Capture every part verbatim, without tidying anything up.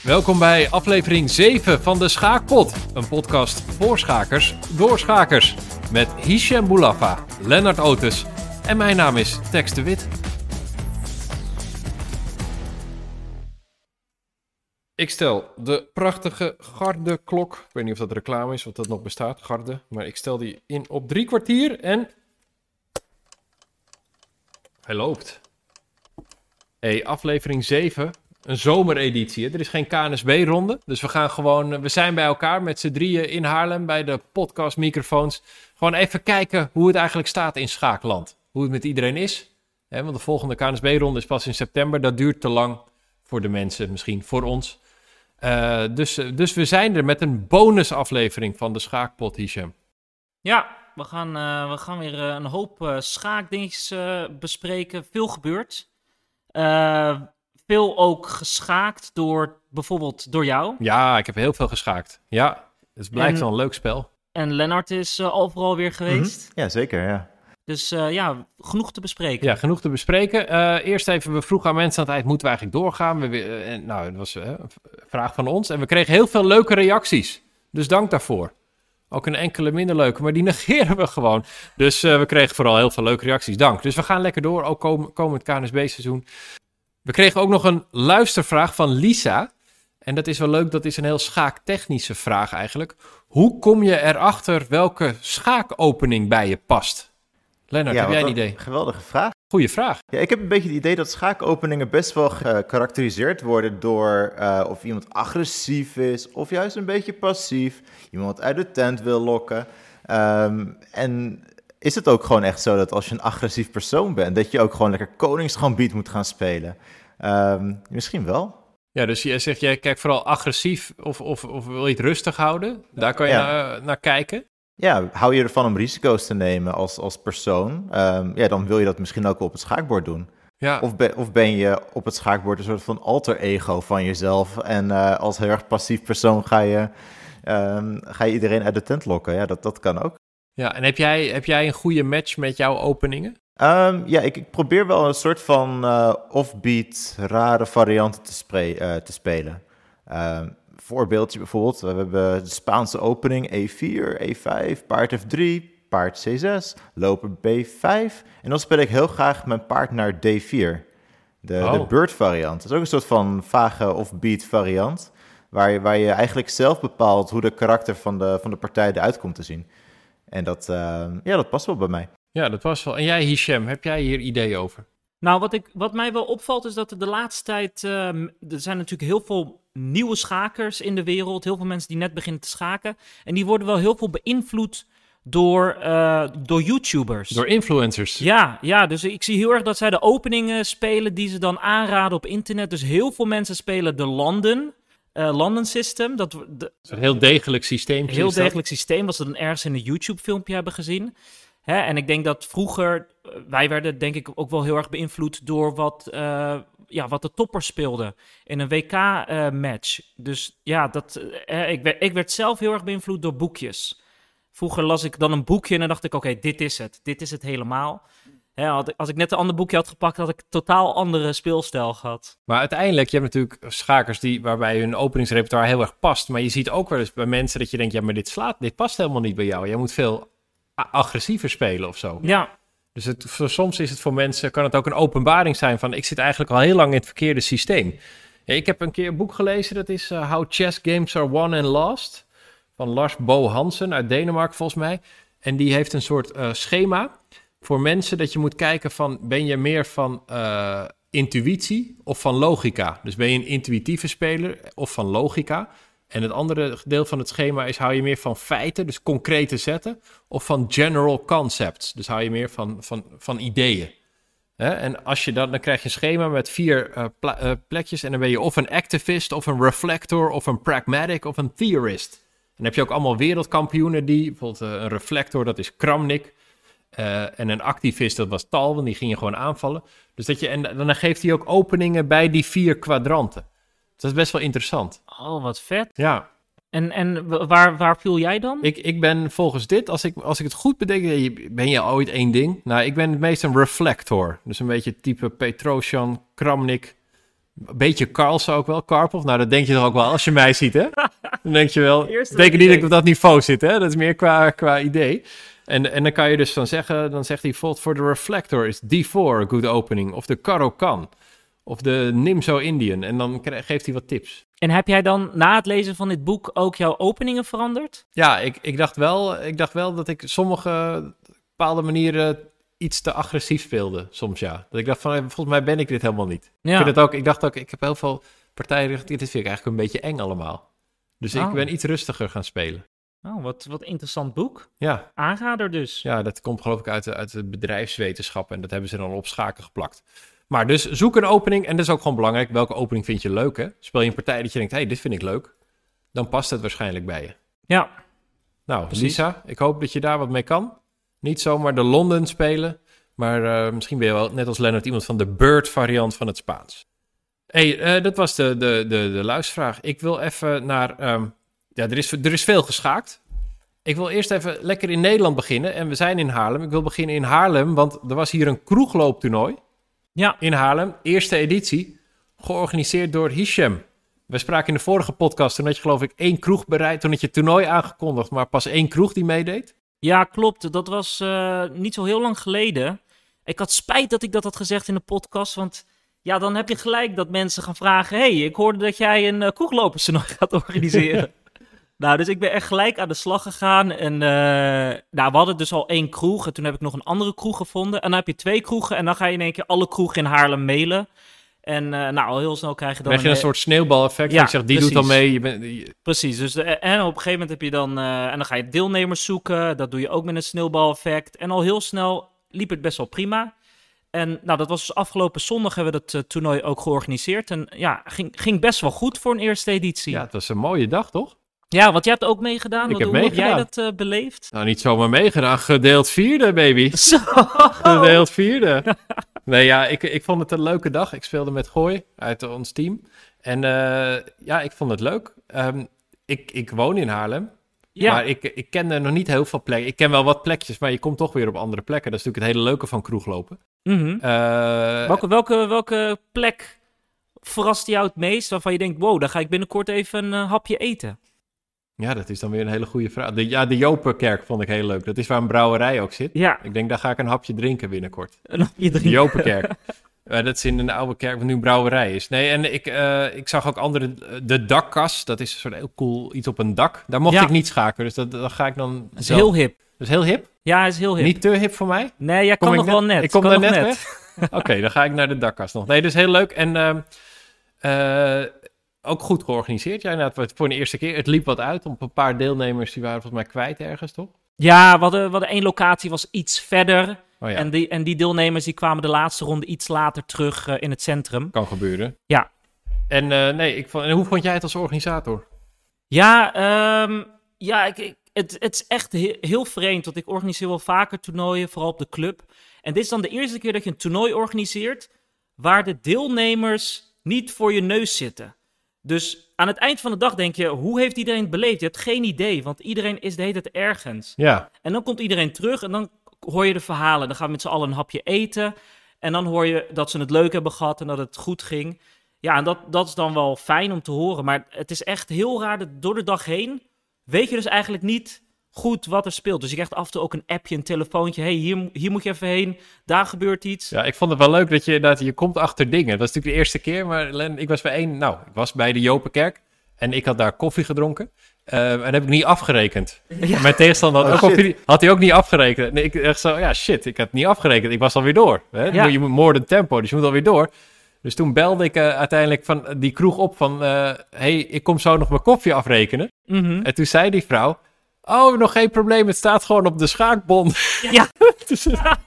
Welkom bij aflevering zeven van de Schaakpot. Een podcast voor schakers, door schakers. Met Hichem Boulafa, Lennart Otis en mijn naam is Tex de Wit. Ik stel de prachtige Garde-klok. Ik weet niet of dat reclame is, of dat nog bestaat, Garde. Maar ik stel die in op drie kwartier en... Hij loopt. Hey, aflevering zeven... Een zomereditie. Hè? Er is geen K N S B-ronde. Dus we gaan gewoon... We zijn bij elkaar met z'n drieën in Haarlem bij de podcastmicrofoons. Gewoon even kijken hoe het eigenlijk staat in schaakland. Hoe het met iedereen is. Hè? Want de volgende K N S B-ronde is pas in september. Dat duurt te lang voor de mensen, misschien voor ons. Uh, dus, dus we zijn er met een bonusaflevering van de Schaakpot, Hichem. Ja, we gaan, uh, we gaan weer uh, een hoop uh, schaakdingetjes uh, bespreken. Veel gebeurd. Uh, veel ook geschaakt door bijvoorbeeld door jou. Ja, ik heb heel veel geschaakt. Ja, het blijkt en, wel een leuk spel. En Lennart is uh, overal weer geweest. Mm-hmm. Ja, zeker, ja. Dus uh, ja, genoeg te bespreken. Ja, genoeg te bespreken. Uh, eerst even, we vroegen aan mensen aan het eind, moeten we eigenlijk doorgaan? We, uh, nou, dat was uh, een vraag van ons. En we kregen heel veel leuke reacties. Dus dank daarvoor. Ook een enkele minder leuke, maar die negeren we gewoon. Dus uh, we kregen vooral heel veel leuke reacties. Dank. Dus we gaan lekker door, ook kom, komend K N S B-seizoen. We kregen ook nog een luistervraag van Lisa. En dat is wel leuk, dat is een heel schaaktechnische vraag eigenlijk. Hoe kom je erachter welke schaakopening bij je past? Lennart, ja, heb jij een een idee? Geweldige vraag. Goeie vraag. Ja, ik heb een beetje het idee dat schaakopeningen best wel gekarakteriseerd worden door uh, of iemand agressief is of juist een beetje passief. Iemand uit de tent wil lokken. Um, en is het ook gewoon echt zo dat als je een agressief persoon bent, dat je ook gewoon lekker koningsgambiet moet gaan spelen? Um, misschien wel. Ja, dus je zegt, jij kijkt vooral agressief of, of, of wil je het rustig houden? Daar kan je ja. naar, naar kijken. Ja, hou je ervan om risico's te nemen als, als persoon? Um, ja, dan wil je dat misschien ook wel op het schaakbord doen. Ja. Of, be, of ben je op het schaakbord een soort van alter ego van jezelf en uh, als heel erg passief persoon ga je, um, ga je iedereen uit de tent lokken? Ja, dat, dat kan ook. Ja, en heb jij, heb jij een goede match met jouw openingen? Um, ja, ik, ik probeer wel een soort van uh, offbeat, rare varianten te, spre- uh, te spelen. Um, voorbeeldje bijvoorbeeld, we hebben de Spaanse opening E vier, E vijf, paard F drie, paard C zes, loper B vijf. En dan speel ik heel graag mijn paard naar D vier, de, oh. de bird variant. Dat is ook een soort van vage offbeat variant, waar je, waar je eigenlijk zelf bepaalt hoe de karakter van de, van de partij eruit komt te zien. En dat, uh, ja, dat past wel bij mij. Ja, dat was wel. En jij, Hichem, heb jij hier ideeën over? Nou, wat, ik, wat mij wel opvalt is dat er de laatste tijd... Uh, er zijn natuurlijk heel veel nieuwe schakers in de wereld. Heel veel mensen die net beginnen te schaken. En die worden wel heel veel beïnvloed door, uh, door YouTubers. Door influencers. Ja, ja, dus ik zie heel erg dat zij de openingen spelen die ze dan aanraden op internet. Dus heel veel mensen spelen de London... Uh, London System. Dat, de, dat is een heel degelijk systeem. Een heel degelijk systeem, wat ze dan ergens in een YouTube-filmpje hebben gezien. Hè? En ik denk dat vroeger, wij werden denk ik ook wel heel erg beïnvloed door wat, uh, ja, wat de toppers speelden in een W K-match. Uh, dus ja, dat, uh, ik, werd, ik werd zelf heel erg beïnvloed door boekjes. Vroeger las ik dan een boekje en dan dacht ik, oké, okay, dit is het. Dit is het helemaal. Ja, had ik, als ik net een ander boekje had gepakt, had ik een totaal andere speelstijl gehad. Maar uiteindelijk, je hebt natuurlijk schakers die, waarbij hun openingsrepertoire heel erg past. Maar je ziet ook wel eens bij mensen dat je denkt, ja, maar dit slaat, dit past helemaal niet bij jou. Jij moet veel a- agressiever spelen of zo. Ja. Dus het, soms is het voor mensen, kan het ook een openbaring zijn van, ik zit eigenlijk al heel lang in het verkeerde systeem. Ja, ik heb een keer een boek gelezen, dat is uh, How Chess Games Are Won and Lost. Van Lars Bo Hansen uit Denemarken volgens mij. En die heeft een soort uh, schema voor mensen dat je moet kijken van, ben je meer van uh, intuïtie of van logica? Dus ben je een intuïtieve speler of van logica? En het andere deel van het schema is, hou je meer van feiten, dus concrete zetten, of van general concepts? Dus hou je meer van, van, van ideeën. Hè? En als je dat, dan krijg je een schema met vier uh, pla- uh, plekjes en dan ben je of een activist, of een reflector, of een pragmatic, of een theorist. En dan heb je ook allemaal wereldkampioenen die, bijvoorbeeld uh, een reflector, dat is Kramnik. Uh, en een activist, dat was Tal, want die ging je gewoon aanvallen. Dus dat je, en dan geeft hij ook openingen bij die vier kwadranten. Dus dat is best wel interessant. Oh, wat vet. Ja. En, en waar, waar viel jij dan? Ik, ik ben volgens dit, als ik, als ik het goed bedenk, ben je ooit één ding? Nou, ik ben het meest een reflector. Dus een beetje type Petrosian, Kramnik, Een beetje Karlsson ook wel, Karpov. Nou, dat denk je toch ook wel als je mij ziet, hè? Dan denk je wel, Eerste betekent wat niet je dat ik op dat niveau zit, hè? Dat is meer qua, qua idee. En, en dan kan je dus van zeggen, dan zegt hij, bijvoorbeeld voor de Reflector is D vier een good opening. Of de Caro-Kann. Of de Nimzo Indian. En dan krijg, geeft hij wat tips. En heb jij dan na het lezen van dit boek ook jouw openingen veranderd? Ja, ik, ik, dacht wel, ik dacht wel dat ik sommige bepaalde manieren iets te agressief speelde, soms ja. Dat ik dacht van, volgens mij ben ik dit helemaal niet. Ja. Ik, vind het ook, ik dacht ook, ik heb heel veel partijen, dit vind ik eigenlijk een beetje eng allemaal. Dus Oh. ik ben iets rustiger gaan spelen. Oh, wat, wat interessant boek. Ja, Aanrader dus. ja dat komt geloof ik uit de, uit de bedrijfswetenschap en dat hebben ze dan op schaken geplakt. Maar dus zoek een opening en dat is ook gewoon belangrijk. Welke opening vind je leuk, hè? Speel je een partij dat je denkt, hé, hey, dit vind ik leuk. Dan past het waarschijnlijk bij je. Ja. Nou, Precies. Lisa, ik hoop dat je daar wat mee kan. Niet zomaar de Londen spelen, maar uh, misschien ben je wel, net als Lennart, iemand van de Bird variant van het Spaans. Hé, hey, uh, dat was de, de, de, de luistervraag. Ik wil even naar... Um, ja, er is, er is veel geschaakt. Ik wil eerst even lekker in Nederland beginnen. En we zijn in Haarlem. Ik wil beginnen in Haarlem, want er was hier een kroeglooptoernooi. Ja. In Haarlem, eerste editie, georganiseerd door Hichem. We spraken in de vorige podcast, toen had je geloof ik één kroeg bereid, toen had je het toernooi aangekondigd, maar pas één kroeg die meedeed. Ja, klopt. Dat was uh, niet zo heel lang geleden. Ik had spijt dat ik dat had gezegd in de podcast, want ja, dan heb je gelijk dat mensen gaan vragen, hey, ik hoorde dat jij een uh, kroegloperstoernooi gaat organiseren. Nou, dus ik ben echt gelijk aan de slag gegaan. En uh, nou, we hadden dus al één kroeg. En toen heb ik nog een andere kroeg gevonden. En dan heb je twee kroegen. En dan ga je in één keer alle kroegen in Haarlem mailen. En uh, nou, al heel snel krijg je dan... Dan krijg je een, een soort sneeuwbaleffect. Ja, ik zeg, die precies. doet dan mee. Je bent, je... Precies. Dus de, en op een gegeven moment heb je dan... Uh, en dan ga je deelnemers zoeken. Dat doe je ook met een sneeuwbaleffect. En al heel snel liep het best wel prima. En nou, dat was dus afgelopen zondag hebben we dat uh, toernooi ook georganiseerd. En ja, ging, ging best wel goed voor een eerste editie. Ja, het was een mooie dag, toch? Ja, want jij hebt ook meegedaan. Ik Wat, heb hoe meegedaan. heb jij dat uh, beleefd? Nou, niet zomaar meegedaan. Gedeeld vierde, baby. Zo! Gedeeld vierde. Nee, ja, ik, ik vond het een leuke dag. Ik speelde met Gooi uit ons team. En uh, ja, ik vond het leuk. Um, ik, ik woon in Haarlem. Ja. Maar ik, ik ken nog niet heel veel plekken. Ik ken wel wat plekjes, maar je komt toch weer op andere plekken. Dat is natuurlijk het hele leuke van kroeglopen. Mm-hmm. Uh, welke, welke, welke plek verrast jou het meest waarvan je denkt, wow, daar ga ik binnenkort even een uh, hapje eten? Ja, dat is dan weer een hele goede vraag. De, ja, de Jopenkerk vond ik heel leuk. Dat is waar een brouwerij ook zit. Ja. Ik denk, daar ga ik een hapje drinken binnenkort. Een hapje drinken. De Jopenkerk. uh, dat is in een oude kerk, wat nu een brouwerij is. Nee, en ik, uh, ik zag ook andere... De dakkas, dat is een soort heel cool iets op een dak. Daar mocht ja. ik niet schaken, dus dat, dat ga ik dan... Dat is heel hip. Dat is heel hip? Ja, is heel hip. Niet te hip voor mij? Nee, jij kom kan nog net, wel net. Ik kom kan daar nog net, net. Oké, okay, dan ga ik naar de dakkas nog. Nee, dus heel leuk. En... Uh, uh, ook goed georganiseerd. Ja, inderdaad, voor de eerste keer. Het liep wat uit. Op een paar deelnemers, die waren volgens mij kwijt ergens, toch? Ja, we hadden, we hadden één locatie, was iets verder. Oh ja. en, die, en die deelnemers die kwamen de laatste ronde iets later terug uh, in het centrum. Kan gebeuren. Ja. En, uh, nee, ik vond, en hoe vond jij het als organisator? Ja, um, ja ik, ik, het, het is echt he- heel vreemd. Want ik organiseer wel vaker toernooien, vooral op de club. En dit is dan de eerste keer dat je een toernooi organiseert waar de deelnemers niet voor je neus zitten. Dus aan het eind van de dag denk je, hoe heeft iedereen het beleefd? Je hebt geen idee, want iedereen is de hele tijd ergens. Ja. En dan komt iedereen terug en dan hoor je de verhalen. Dan gaan we met z'n allen een hapje eten. En dan hoor je dat ze het leuk hebben gehad en dat het goed ging. Ja, en dat, dat is dan wel fijn om te horen. Maar het is echt heel raar, dat door de dag heen weet je dus eigenlijk niet goed wat er speelt. Dus je krijgt af en toe ook een appje, een telefoontje. Hey, hier, hier moet je even heen. Daar gebeurt iets. Ja, ik vond het wel leuk dat je, dat je komt achter dingen. Dat was natuurlijk de eerste keer, maar Len, ik was bij één... Nou, ik was bij de Jopenkerk en ik had daar koffie gedronken. Uh, en dat heb ik niet afgerekend. Ja. Mijn tegenstander had, Oh, ook koffie, had hij ook niet afgerekend. Nee, ik dacht zo, ja shit, ik had niet afgerekend. Ik was alweer door. Hè? Ja. Je moet more than tempo, dus je moet alweer door. Dus toen belde ik uh, uiteindelijk van die kroeg op van... Uh, hey, ik kom zo nog mijn koffie afrekenen. Mm-hmm. En toen zei die vrouw... Oh, nog geen probleem, het staat gewoon op de schaakbon. Ja. dus,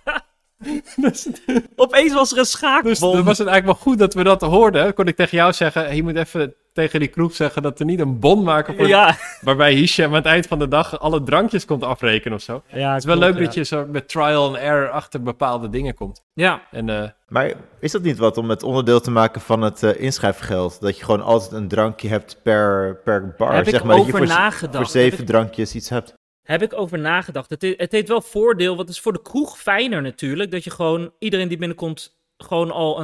dus, Opeens was er een schaakbon. dus dan was het eigenlijk wel goed dat we dat hoorden. Dan kon ik tegen jou zeggen... Hey, je moet even tegen die kroeg zeggen dat we niet een bon maken... Voor ja. waarbij Hichem aan het eind van de dag alle drankjes komt afrekenen of zo. Ja, Het is wel klopt, leuk ja. dat je zo met trial and error achter bepaalde dingen komt. Ja. En, uh, Maar is dat niet wat om het onderdeel te maken van het uh, inschrijfgeld? Dat je gewoon altijd een drankje hebt per, per bar? Heb zeg ik maar, dat je over voor, nagedacht. voor zeven Heb ik- drankjes iets hebt. Heb ik over nagedacht. Het, he- het heeft wel voordeel, want het is voor de kroeg fijner natuurlijk. Dat je gewoon, iedereen die binnenkomt, gewoon al een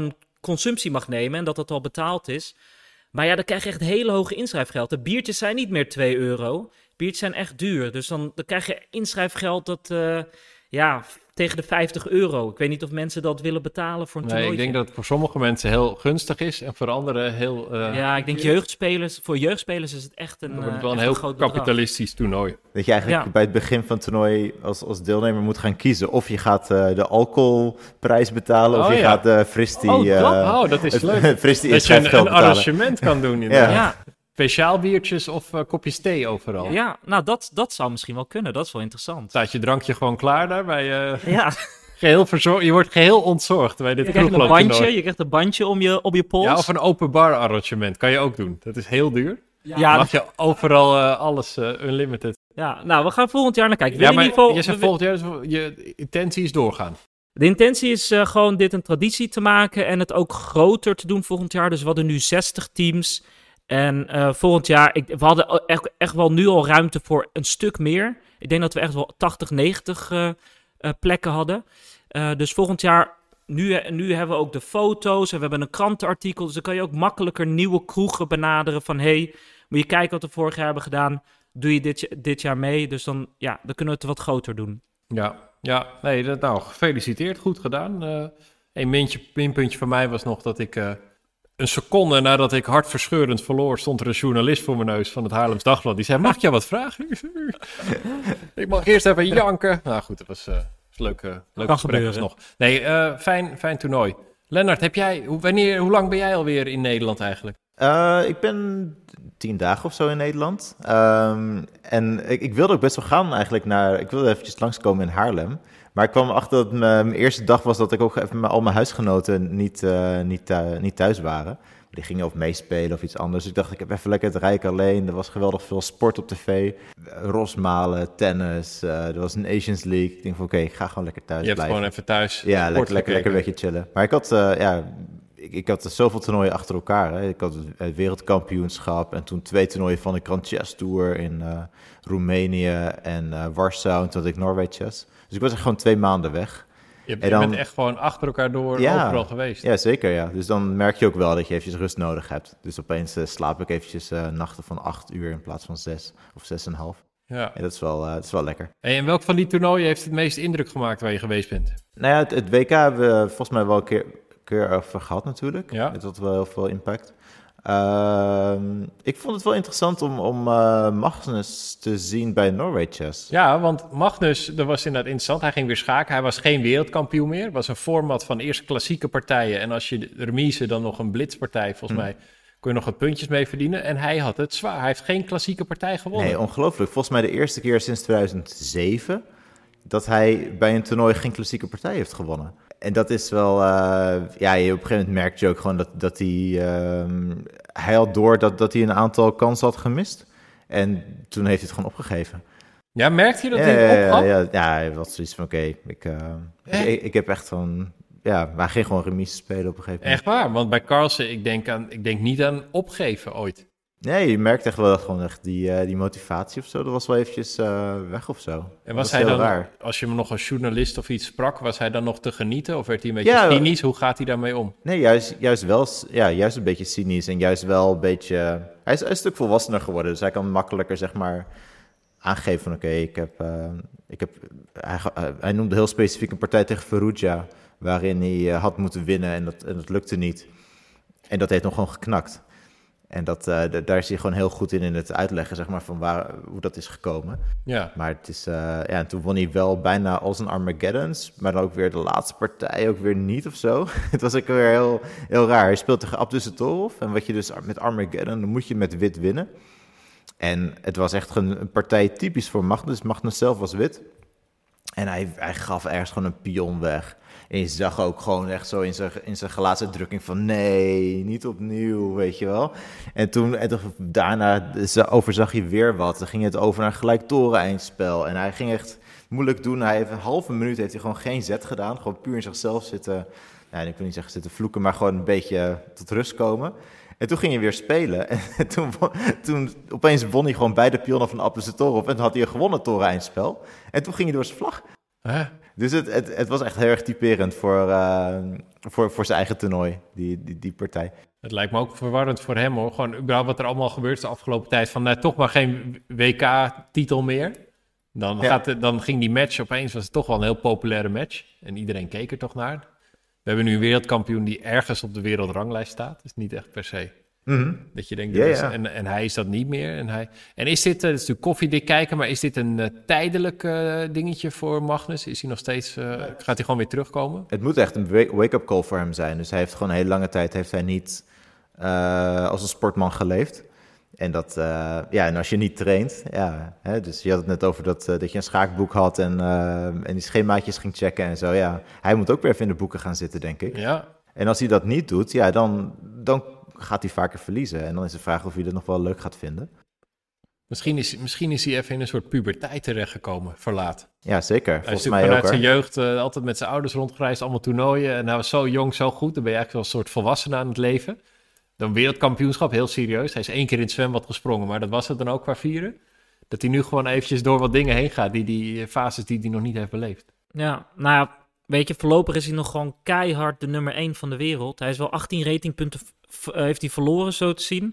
consumptie mag nemen en dat dat al betaald is. Maar ja, dan krijg je echt hele hoge inschrijfgeld. De biertjes zijn niet meer twee euro. Biertjes zijn echt duur. Dus dan, dan krijg je inschrijfgeld dat, uh, ja, tegen de vijftig euro. Ik weet niet of mensen dat willen betalen voor een nee, toernooitje. Ik denk dat het voor sommige mensen heel gunstig is en voor anderen heel... Uh, ja, ik denk jeugdspelers, voor jeugdspelers is het echt een, dan wordt het uh, wel een echt heel een groot bedrag. kapitalistisch toernooi. Dat je eigenlijk Ja. bij het begin van het toernooi als, als deelnemer moet gaan kiezen. Of je gaat uh, de alcoholprijs betalen, of Oh, je ja. gaat de Fristi... Oh, dat, uh, oh, dat is leuk. Fristi Dat je een, inschrijfgeld een betalen. arrangement kan doen inderdaad. Ja. Ja, Speciaal biertjes of uh, kopjes thee overal. ja, nou dat, dat zou misschien wel kunnen. Dat is wel interessant. Staat je drankje gewoon klaar daar bij... Uh, Ja, geheel verzorgd. Je wordt geheel ontzorgd bij dit je krijgt een kroeglooptoernooi. bandje, je krijgt een bandje om je, op je pols. Ja, of een open bar arrangement kan je ook doen. Dat is heel duur. ja, Mag je overal uh, alles uh, unlimited. ja, nou, we gaan volgend jaar naar kijken. Ja, Wil maar in ieder geval, je zegt we- volgend jaar, dus je intentie is doorgaan. De intentie is uh, gewoon dit een traditie te maken en het ook groter te doen volgend jaar. Dus we hadden nu zestig teams. En uh, volgend jaar, ik, we hadden echt, echt wel nu al ruimte voor een stuk meer. Ik denk dat we echt wel tachtig, negentig uh, uh, plekken hadden. Uh, dus volgend jaar, nu, nu hebben we ook de foto's en we hebben een krantenartikel. Dus dan kan je ook makkelijker nieuwe kroegen benaderen van... hey, moet je kijken wat we vorig jaar hebben gedaan. Doe je dit, dit jaar mee? Dus dan, ja, dan kunnen we het wat groter doen. Ja, ja. Nee, dat, nou, gefeliciteerd. Goed gedaan. Uh, een mintje, minpuntje van mij was nog dat ik... Uh, een seconde nadat ik hartverscheurend verloor... stond er een journalist voor mijn neus van het Haarlems Dagblad. Die zei, mag ik jou wat vragen? Ik mag eerst even janken. Nou goed, dat was... Uh, Leuk, uh, leuk gesprek alsnog. Nee, uh, fijn, fijn toernooi. Lennart, heb jij, hoe, wanneer, hoe lang ben jij alweer in Nederland eigenlijk? Uh, ik ben tien dagen of zo in Nederland. Um, en ik, ik wilde ook best wel gaan eigenlijk naar... Ik wilde eventjes langskomen in Haarlem. Maar ik kwam erachter dat mijn eerste dag was dat ik ook even met al mijn huisgenoten niet, uh, niet, uh, niet thuis waren. Die gingen of meespelen of iets anders. Dus ik dacht, ik heb even lekker het Rijk alleen. Er was geweldig veel sport op tv. Rosmalen, tennis. Uh, er was een Asians League. Ik denk van, oké, okay, ik ga gewoon lekker thuis Je blijven. hebt gewoon even thuis Ja, lekker, lekker, lekker een beetje chillen. Maar ik had, uh, ja, ik, ik had zoveel toernooien achter elkaar. Hè. Ik had het wereldkampioenschap en toen twee toernooien van de Grand Chess Tour in uh, Roemenië en uh, Warschau. En toen had ik Norway Chess. Dus ik was er gewoon twee maanden weg. Je, je dan, bent echt gewoon achter elkaar door ja, overal geweest. Ja, zeker. Ja. Dus dan merk je ook wel dat je eventjes rust nodig hebt. Dus opeens uh, slaap ik eventjes uh, nachten van acht uur in plaats van zes of zes en een half. Ja. En dat is wel, uh, dat is wel lekker. Hey, en welk van die toernooien heeft het meest indruk gemaakt waar je geweest bent? Nou ja, het, het W K hebben we volgens mij wel een keer, keer over gehad natuurlijk. Ja. Het had wel heel veel impact. Uh, ik vond het wel interessant om, om uh, Magnus te zien bij Norway Chess. Ja, want Magnus, dat was inderdaad interessant. Hij ging weer schaken. Hij was geen wereldkampioen meer. Het was een format van eerst klassieke partijen. En als je de remise dan nog een blitzpartij, volgens hm. mij, kon je nog wat puntjes mee verdienen. En hij had het zwaar. Hij heeft geen klassieke partij gewonnen. Nee, ongelooflijk. Volgens mij de eerste keer sinds tweeduizend zeven dat hij bij een toernooi geen klassieke partij heeft gewonnen. En dat is wel, uh, ja, op een gegeven moment merkte je ook gewoon dat, dat hij, uh, hij had door dat, dat hij een aantal kansen had gemist. En toen heeft hij het gewoon opgegeven. Ja, merkte je dat ja, hij het opgaf? Ja, ja, ja, hij was zoiets van, oké, okay, ik, uh, ik, ik heb echt van, ja, hij ging gewoon remise spelen op een gegeven moment. Echt waar, want bij Carlsen, ik denk, aan, ik denk niet aan opgeven ooit. Nee, je merkt echt wel dat gewoon echt die, uh, die motivatie of zo, dat was wel eventjes uh, weg of zo. En was, was hij dan, raar. als je hem nog als journalist of iets sprak, was hij dan nog te genieten? Of werd hij een beetje ja, cynisch? Hoe gaat hij daarmee om? Nee, juist, juist wel, ja, juist een beetje cynisch en juist wel een beetje... Hij is, hij is een stuk volwassener geworden, dus hij kan makkelijker, zeg maar, aangeven van oké, okay, ik heb... Uh, ik heb hij, hij noemde heel specifiek een partij tegen Ferrugia, waarin hij uh, had moeten winnen en dat, en dat lukte niet. En dat heeft nog gewoon geknakt. En dat, uh, d- daar is hij gewoon heel goed in, in het uitleggen, zeg maar, van waar, hoe dat is gekomen. Ja. Maar het is, uh, ja, en toen won hij wel bijna als een Armageddons, maar dan ook weer de laatste partij ook weer niet of zo. Het was ook weer heel, heel raar. Hij speelt tegen Abdussatorov en wat je dus met Armageddon, dan moet je met wit winnen. En het was echt een, een partij typisch voor Magnus. Magnus zelf was wit. En hij, hij gaf ergens gewoon een pion weg. En je zag ook gewoon echt zo in zijn, in zijn gelaatsuitdrukking van nee, niet opnieuw, weet je wel. En toen, en toen daarna overzag je weer wat. Dan ging het over naar gelijk toren-eindspel. En hij ging echt moeilijk doen. Hij heeft een halve minuut heeft hij gewoon geen zet gedaan. Gewoon puur in zichzelf zitten, nou, ik wil niet zeggen zitten vloeken, maar gewoon een beetje tot rust komen. En toen ging hij weer spelen. En toen, toen opeens won hij gewoon beide pionnen van Abdussatorov. En toen had hij een gewonnen toren-eindspel. En toen ging hij door zijn vlag. Huh? Dus het, het, het was echt heel erg typerend voor, uh, voor, voor zijn eigen toernooi, die, die, die partij. Het lijkt me ook verwarrend voor hem hoor. Gewoon überhaupt wat er allemaal gebeurt is de afgelopen tijd. Van nou, toch maar geen W K-titel meer. Dan, Ja. gaat het, dan ging die match opeens, was het toch wel een heel populaire match. En iedereen keek er toch naar. We hebben nu een wereldkampioen die ergens op de wereldranglijst staat. Dus niet echt per se. Mm-hmm. Dat je denkt, Ja, dat is- ja. En, en hij is dat niet meer. En, hij, en is dit, uh, het is natuurlijk koffiedik kijken, maar is dit een uh, tijdelijk uh, dingetje voor Magnus? Is hij nog steeds, uh, gaat hij gewoon weer terugkomen? Het moet echt een wa- wake-up call voor hem zijn. Dus hij heeft gewoon een hele lange tijd heeft hij niet uh, als een sportman geleefd. En, dat, uh, ja, en als je niet traint, ja, hè, dus je had het net over dat, uh, dat je een schaakboek had en, uh, en die schemaatjes ging checken en zo. Ja, hij moet ook weer even in de boeken gaan zitten, denk ik. Ja. En als hij dat niet doet, ja, dan, dan gaat hij vaker verliezen. En dan is de vraag of hij dat nog wel leuk gaat vinden. Misschien is, misschien is hij even in een soort puberteit terechtgekomen, verlaat. Ja, zeker. Hij is Volgens natuurlijk mij vanuit ook, zijn hoor. jeugd uh, altijd met zijn ouders rondgereisd, allemaal toernooien. En hij was zo jong, zo goed. Dan ben je eigenlijk wel een soort volwassene aan het leven. Dan wereldkampioenschap, heel serieus. Hij is één keer in het zwembad gesprongen, maar dat was het dan ook qua vieren. Dat hij nu gewoon eventjes door wat dingen heen gaat, die, die fases die hij nog niet heeft beleefd. Ja, nou ja, weet je, voorlopig is hij nog gewoon keihard de nummer één van de wereld. Hij is wel achttien ratingpunten v- uh, heeft hij verloren, zo te zien.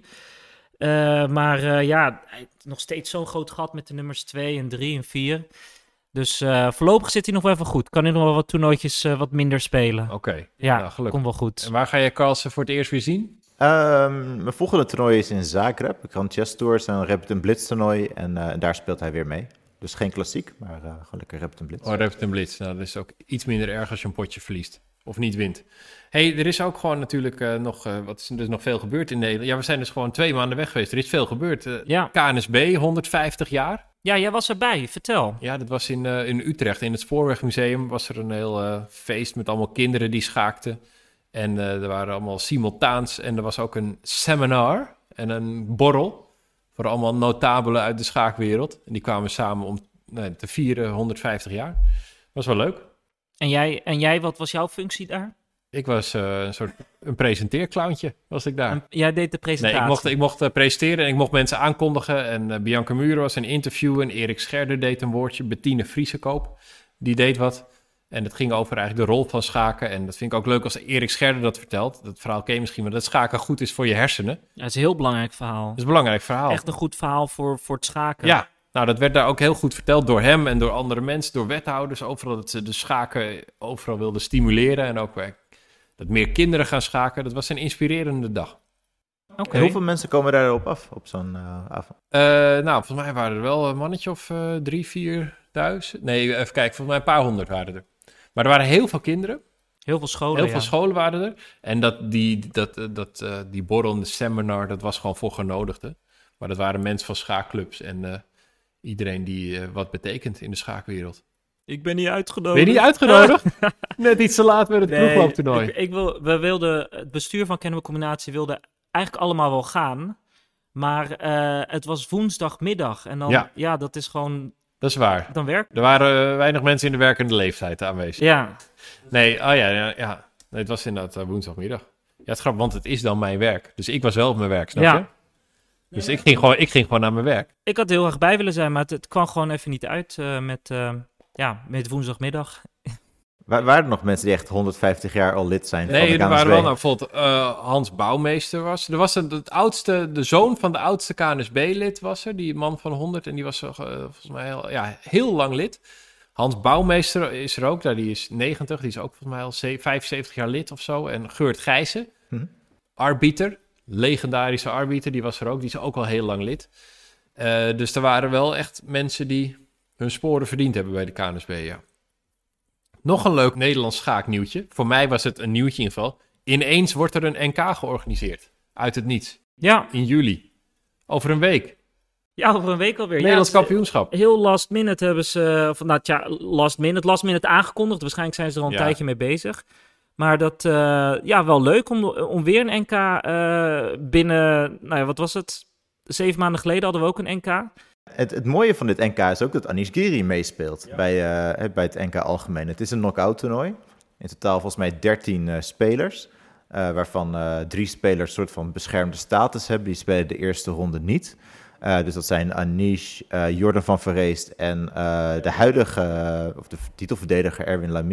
Uh, maar uh, ja, hij heeft nog steeds zo'n groot gat met de nummers twee en drie en vier. Dus uh, voorlopig zit hij nog wel even goed. Kan hij nog wel wat toernooitjes uh, wat minder spelen. Oké, okay. Ja, nou, gelukkig. komt wel goed. En waar ga je Carlsen voor het eerst weer zien? Um, mijn volgende toernooi is in Zagreb. De Grand Chess Tour is een Rapid Blitz toernooi. En uh, daar speelt hij weer mee. Dus geen klassiek, maar uh, gewoon lekker Rapid Blitz. Oh, Rapid Blitz. Nou, dat is ook iets minder erg als je een potje verliest. Of niet wint. Hey, er is ook gewoon natuurlijk uh, nog, uh, wat is er dus nog veel gebeurd in Nederland. Ja, we zijn dus gewoon twee maanden weg geweest. Er is veel gebeurd. Uh, ja. K N S B, honderdvijftig jaar. Ja, jij was erbij. Vertel. Ja, dat was in, uh, in Utrecht. In het Spoorwegmuseum was er een heel uh, feest met allemaal kinderen die schaakten. En uh, er waren allemaal simultaans. En er was ook een seminar en een borrel voor allemaal notabelen uit de schaakwereld. En die kwamen samen om nee, te vieren honderdvijftig jaar. Was wel leuk. En jij, en jij, wat was jouw functie daar? Ik was uh, een soort een presenteerclowntje, was ik daar. En jij deed de presentatie? Nee, ik mocht, ik mocht uh, presenteren en ik mocht mensen aankondigen. En uh, Bianca Muren was een interview en Erik Scherder deed een woordje. Bettine Vriesekoop, die deed wat. En het ging over eigenlijk de rol van schaken. En dat vind ik ook leuk als Erik Scherder dat vertelt. Dat verhaal ken je misschien, maar dat schaken goed is voor je hersenen. Ja, het is een heel belangrijk verhaal. Dat is een belangrijk verhaal. Echt een goed verhaal voor, voor het schaken. Ja, nou dat werd daar ook heel goed verteld door hem en door andere mensen, door wethouders. Overal dat ze de schaken overal wilden stimuleren. En ook dat meer kinderen gaan schaken. Dat was een inspirerende dag. Okay. En hoeveel mensen komen daarop af, op zo'n uh, avond? Uh, nou, volgens mij waren er wel een mannetje of uh, drie, vierduizend. Nee, even kijken, volgens mij een paar honderd waren er. Maar er waren heel veel kinderen. Heel veel scholen, Heel ja. veel scholen waren er. En dat, die, dat, dat, uh, die borrel en de seminar, dat was gewoon voor genodigden. Maar dat waren mensen van schaakclubs en uh, iedereen die uh, wat betekent in de schaakwereld. Ik ben niet uitgenodigd. Ben je niet uitgenodigd? Net iets te laat met het nee, proeflooptoernooi. Ik, ik wil, we wilden, het bestuur van Kennemer Combinatie wilde eigenlijk allemaal wel gaan. Maar uh, het was woensdagmiddag. En dan, ja. ja, dat is gewoon... Dat is waar. Dan werkt. Er waren uh, weinig mensen in de werkende leeftijd aanwezig. Ja. Nee, oh ja, ja, ja. Nee, het was inderdaad uh, woensdagmiddag. Ja, het is grappig, want het is dan mijn werk. Dus ik was wel op mijn werk, snap ja. je? Dus ik ging, gewoon, ik ging gewoon naar mijn werk. Ik had er heel erg bij willen zijn, maar het, het kwam gewoon even niet uit uh, met, uh, ja, met woensdagmiddag. Wa- waren er nog mensen die echt honderdvijftig jaar al lid zijn nee, van de K N S B? Er waren wel, nou, bijvoorbeeld uh, Hans Bouwmeester was. Er was een, het oudste, de zoon van de oudste K N S B-lid was er, die man van honderd. En die was uh, volgens mij heel, ja, heel lang lid. Hans Bouwmeester is er ook, daar, die is negentig. Die is ook volgens mij al vijfenzeventig jaar lid of zo. En Geurt Gijzen, hm. arbiter, legendarische arbiter, die was er ook. Die is ook al heel lang lid. Uh, dus er waren wel echt mensen die hun sporen verdiend hebben bij de K N S B, ja. Nog een leuk Nederlands schaaknieuwtje. Voor mij was het een nieuwtje in ieder geval. Ineens wordt er een N K georganiseerd. Uit het niets. Ja. In juli. Over een week. Ja, over een week alweer. Nederlands ja, kampioenschap. Heel last minute hebben ze... Of, nou, tja, last minute. Last minute aangekondigd. Waarschijnlijk zijn ze er al een ja. tijdje mee bezig. Maar dat... Uh, ja, wel leuk om, om weer een N K uh, binnen... Nou ja, wat was het? Zeven maanden geleden hadden we ook een N K. Het, het mooie van dit N K is ook dat Anish Giri meespeelt ja. bij, uh, bij het N K algemeen. Het is een knock-out toernooi. In totaal volgens mij dertien uh, spelers. Uh, waarvan uh, drie spelers soort van beschermde status hebben. Die spelen de eerste ronde niet. Uh, dus dat zijn Anish, uh, Jordan van Verreest en uh, de huidige, uh, of de titelverdediger Erwin Lamy.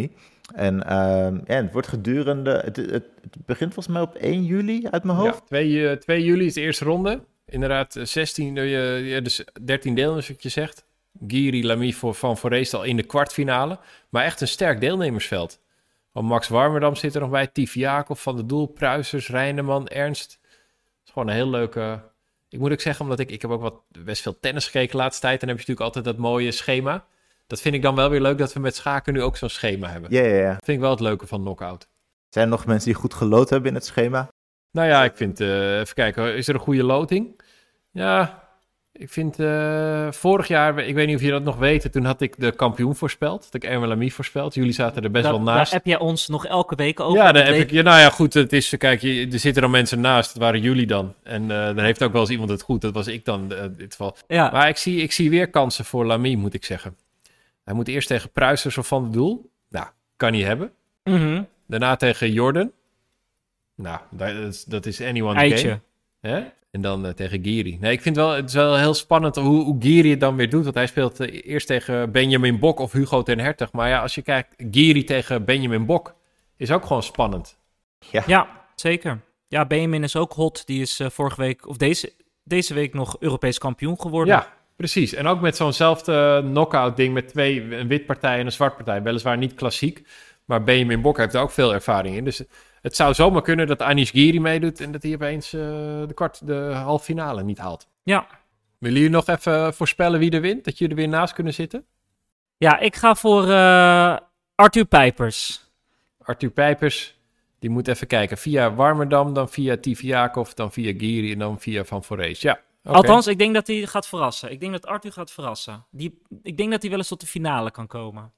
En uh, ja, het wordt gedurende... Het, het, het begint volgens mij op één juli uit mijn hoofd. Ja, twee juli is de eerste ronde. Inderdaad, zestien, uh, dus dertien deelnemers, wat je zegt. Giri, Lamy voor Van Foreest al in de kwartfinale. Maar echt een sterk deelnemersveld. Want Max Warmerdam zit er nog bij. Tief Jacob, Van der Doel, Pruisers, Reineman, Ernst. Het is gewoon een heel leuke... Ik moet ook zeggen, omdat ik... Ik heb ook wat best veel tennis gekeken de laatste tijd. En dan heb je natuurlijk altijd dat mooie schema. Dat vind ik dan wel weer leuk dat we met schaken nu ook zo'n schema hebben. Ja, ja, ja. Dat vind ik wel het leuke van Knockout. Zijn er nog mensen die goed gelood hebben in het schema? Nou ja, ik vind... Uh, even kijken, is er een goede loting? Ja... Ik vind uh, vorig jaar, ik weet niet of je dat nog weet, toen had ik de kampioen voorspeld. Dat ik Erwin Lamy voorspeld. Jullie zaten er best dat, wel naast. Daar heb jij ons nog elke week over. Ja, daar heb ik, ja, nou ja, goed. Het is, kijk, je, er zitten dan mensen naast. Dat waren jullie dan. En uh, dan heeft ook wel eens iemand het goed. Dat was ik dan uh, in dit geval. Ja. Maar ik zie, ik zie weer kansen voor Lamy, moet ik zeggen. Hij moet eerst tegen Pruisers of Van der Doel. Nou, kan hij hebben. Mm-hmm. Daarna tegen Jordan. Nou, dat is, dat is anyone's Eitje. game. Hè? En dan uh, tegen Giri. Nee, ik vind wel, het is wel heel spannend hoe, hoe Giri het dan weer doet. Want hij speelt uh, eerst tegen Benjamin Bok of Hugo ten Hertog. Maar ja, als je kijkt, Giri tegen Benjamin Bok is ook gewoon spannend. Ja, ja zeker. Ja, Benjamin is ook hot. Die is uh, vorige week, of deze, deze week nog Europees kampioen geworden. Ja, precies. En ook met zo'nzelfde uh, knockout ding met twee, een wit partij en een zwart partij. Weliswaar niet klassiek. Maar Benjamin Bok heeft er ook veel ervaring in. Dus het zou zomaar kunnen dat Anish Giri meedoet en dat hij opeens uh, de, kwart, de halve finale niet haalt. Ja. Willen jullie nog even voorspellen wie er wint? Dat jullie er weer naast kunnen zitten? Ja, ik ga voor uh, Arthur Pijpers. Arthur Pijpers, die moet even kijken. Via Warmerdam, dan via Tiviakov, dan via Giri en dan via Van Foreest. Ja, okay. Althans, ik denk dat hij gaat verrassen. Ik denk dat Arthur gaat verrassen. Die, ik denk dat hij wel eens tot de finale kan komen.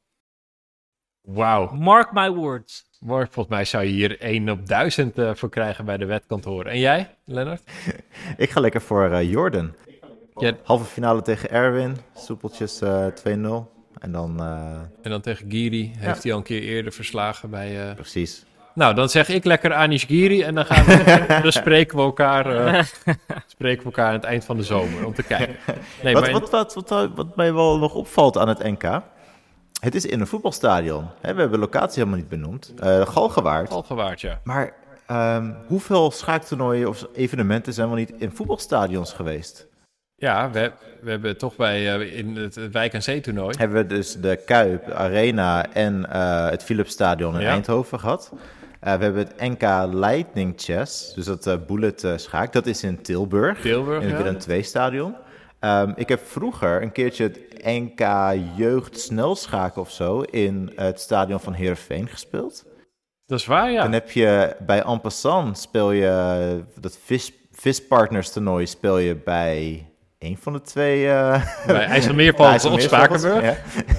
Wauw. Mark my words. Maar volgens mij zou je hier één op duizend uh, voor krijgen bij de wetkantoren. En jij, Lennart? Ik ga lekker voor uh, Jordan. Ja. Halve finale tegen Erwin, soepeltjes uh, twee nul. En dan... Uh... En dan tegen Giri heeft ja. hij al een keer eerder verslagen bij... Uh... Precies. Nou, dan zeg ik lekker Anish Giri en dan, gaan we, dan spreken we elkaar uh, spreken we elkaar aan het eind van de zomer om te kijken. Nee, wat, maar... wat, wat, wat, wat, wat mij wel nog opvalt aan het N K... Het is in een voetbalstadion. He, we hebben de locatie helemaal niet benoemd. Uh, Galgenwaard. Galgenwaard, ja. Maar um, hoeveel schaaktoernooien of evenementen zijn wel niet in voetbalstadions geweest? Ja, we, we hebben toch bij uh, in het, het Wijk en Zee toernooi... Hebben we dus de Kuip, de Arena en uh, het Philipsstadion in ja. Eindhoven gehad. Uh, we hebben het N K Lightning Chess, dus dat uh, bullet uh, schaak. Dat is in Tilburg. Tilburg, in het Willem twee stadion. Um, ik heb vroeger een keertje het N K Jeugd Snelschaken of zo in het stadion van Heerenveen gespeeld. Dat is waar, ja. Dan heb je bij En Passant speel je dat vis, vispartners toernooi speel je bij een van de twee... Uh, bij IJsselmeervogels of Spakenburg. Ja.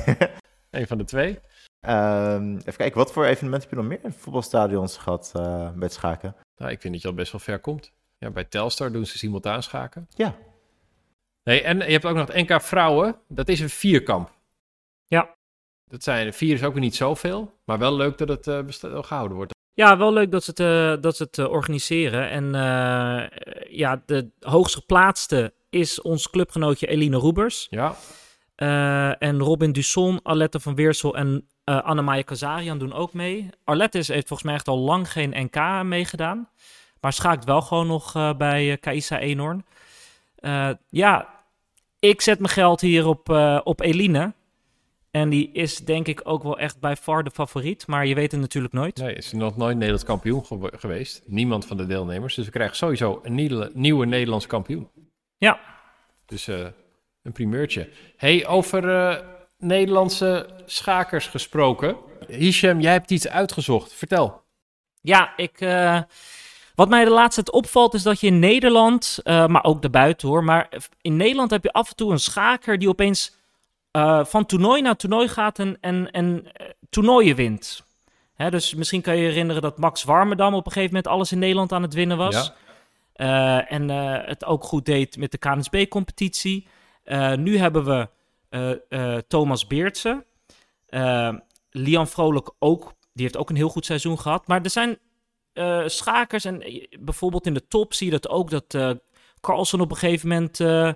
Een van de twee. Um, even kijken, wat voor evenementen heb je nog meer in voetbalstadions gehad uh, bij het schaken? Nou, ik vind dat je al best wel ver komt. Ja, bij Telstar doen ze simultaan schaken. Ja. Nee, en je hebt ook nog het N K Vrouwen. Dat is een vierkamp. Ja. Dat zijn, vier is ook weer niet zoveel. Maar wel leuk dat het uh, besta- gehouden wordt. Ja, wel leuk dat ze het, uh, dat ze het uh, organiseren. En uh, ja, de hoogst geplaatste is ons clubgenootje Eline Roebers. Ja. Uh, en Robin Dusson, Arlette van Weersel en uh, Annemaaie Kazarian doen ook mee. Arlette is, heeft volgens mij echt al lang geen N K meegedaan. Maar schaakt wel gewoon nog uh, bij uh, Kaisa Eenhoorn. Uh, ja, ik zet mijn geld hier op, uh, op Eline. En die is denk ik ook wel echt bij far de favoriet. Maar je weet het natuurlijk nooit. Nee, is nog nooit Nederlands kampioen ge- geweest. Niemand van de deelnemers. Dus we krijgen sowieso een nieuwe, nieuwe Nederlands kampioen. Ja. Dus uh, een primeurtje. Hey, over uh, Nederlandse schakers gesproken. Hichem, jij hebt iets uitgezocht. Vertel. Ja, ik... Uh... Wat mij de laatste tijd opvalt is dat je in Nederland, uh, maar ook daarbuiten hoor, maar in Nederland heb je af en toe een schaker die opeens uh, van toernooi naar toernooi gaat en, en, en uh, toernooien wint. Hè, dus misschien kan je je herinneren dat Max Warmerdam op een gegeven moment alles in Nederland aan het winnen was. Ja. Uh, en uh, het ook goed deed met de K N S B-competitie. Uh, nu hebben we uh, uh, Thomas Beertsen. Uh, Lian Vrolijk ook, die heeft ook een heel goed seizoen gehad. Maar er zijn... Uh, schakers en uh, bijvoorbeeld in de top zie je dat ook dat uh, Carlsen op een gegeven moment uh,